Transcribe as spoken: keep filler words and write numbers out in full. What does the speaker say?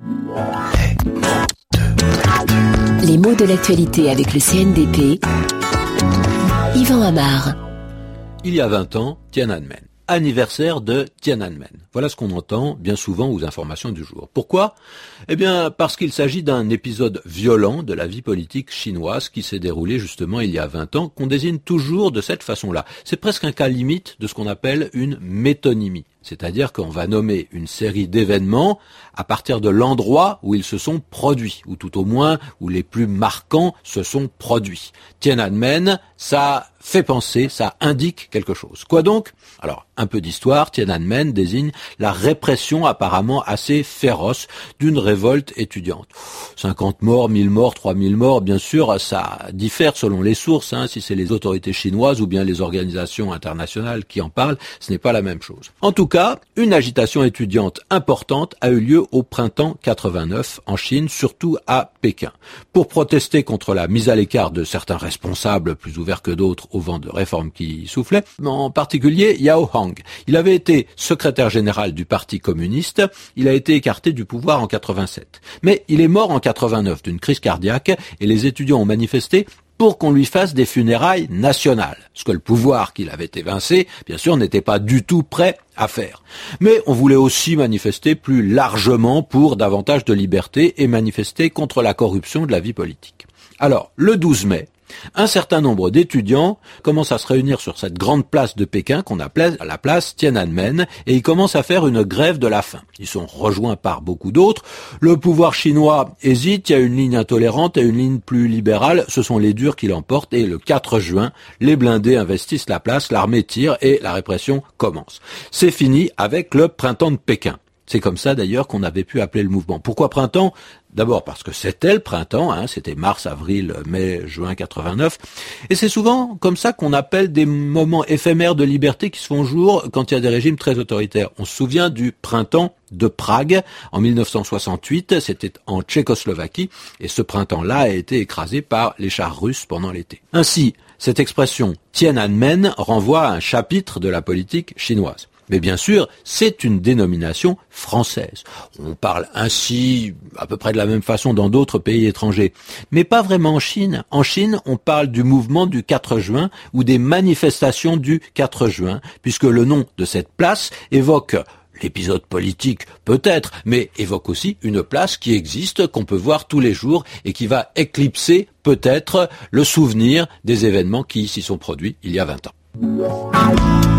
Les mots de l'actualité avec le C N D P. Yvan Amar. Il y a vingt ans, Tiananmen. Anniversaire de Tiananmen. Voilà ce qu'on entend bien souvent aux informations du jour. Pourquoi ? Eh bien, parce qu'il s'agit d'un épisode violent de la vie politique chinoise qui s'est déroulé justement il y a vingt ans, qu'on désigne toujours de cette façon-là. C'est presque un cas limite de ce qu'on appelle une métonymie. C'est-à-dire qu'on va nommer une série d'événements à partir de l'endroit où ils se sont produits, ou tout au moins où les plus marquants se sont produits. Tiananmen, ça fait penser, ça indique quelque chose. Quoi donc ? Alors, un peu d'histoire, Tiananmen désigne la répression apparemment assez féroce d'une révolte étudiante. cinquante morts, mille morts, trois mille morts, bien sûr, ça diffère selon les sources, hein, si c'est les autorités chinoises ou bien les organisations internationales qui en parlent, ce n'est pas la même chose. En tout cas, une agitation étudiante importante a eu lieu au printemps quatre-vingt-neuf en Chine, surtout à Pékin, pour protester contre la mise à l'écart de certains responsables plus ouverts que d'autres au vent de réforme qui soufflait, en particulier Yao Hang. Il avait été secrétaire général du Parti communiste, il a été écarté du pouvoir en quatre-vingt-sept. Mais il est mort en quatre-vingt-neuf d'une crise cardiaque et les étudiants ont manifesté pour qu'on lui fasse des funérailles nationales. Ce que le pouvoir qu'il avait évincé, bien sûr, n'était pas du tout prêt à faire. Mais on voulait aussi manifester plus largement pour davantage de liberté et manifester contre la corruption de la vie politique. Alors, le douze mai, un certain nombre d'étudiants commencent à se réunir sur cette grande place de Pékin qu'on appelait la place Tiananmen et ils commencent à faire une grève de la faim. Ils sont rejoints par beaucoup d'autres. Le pouvoir chinois hésite, il y a une ligne intolérante et une ligne plus libérale. Ce sont les durs qui l'emportent et le quatre juin, les blindés investissent la place, l'armée tire et la répression commence. C'est fini avec le printemps de Pékin. C'est comme ça d'ailleurs qu'on avait pu appeler le mouvement. Pourquoi printemps ? D'abord parce que c'était le printemps, hein, c'était mars, avril, mai, juin quatre-vingt-neuf. Et c'est souvent comme ça qu'on appelle des moments éphémères de liberté qui se font jour quand il y a des régimes très autoritaires. On se souvient du printemps de Prague en mille neuf cent soixante-huit, c'était en Tchécoslovaquie, et ce printemps-là a été écrasé par les chars russes pendant l'été. Ainsi, cette expression Tiananmen renvoie à un chapitre de la politique chinoise. Mais bien sûr, c'est une dénomination française. On parle ainsi à peu près de la même façon dans d'autres pays étrangers. Mais pas vraiment en Chine. En Chine, on parle du mouvement du quatre juin ou des manifestations du quatre juin, puisque le nom de cette place évoque l'épisode politique peut-être, mais évoque aussi une place qui existe, qu'on peut voir tous les jours et qui va éclipser peut-être le souvenir des événements qui s'y sont produits il y a vingt ans.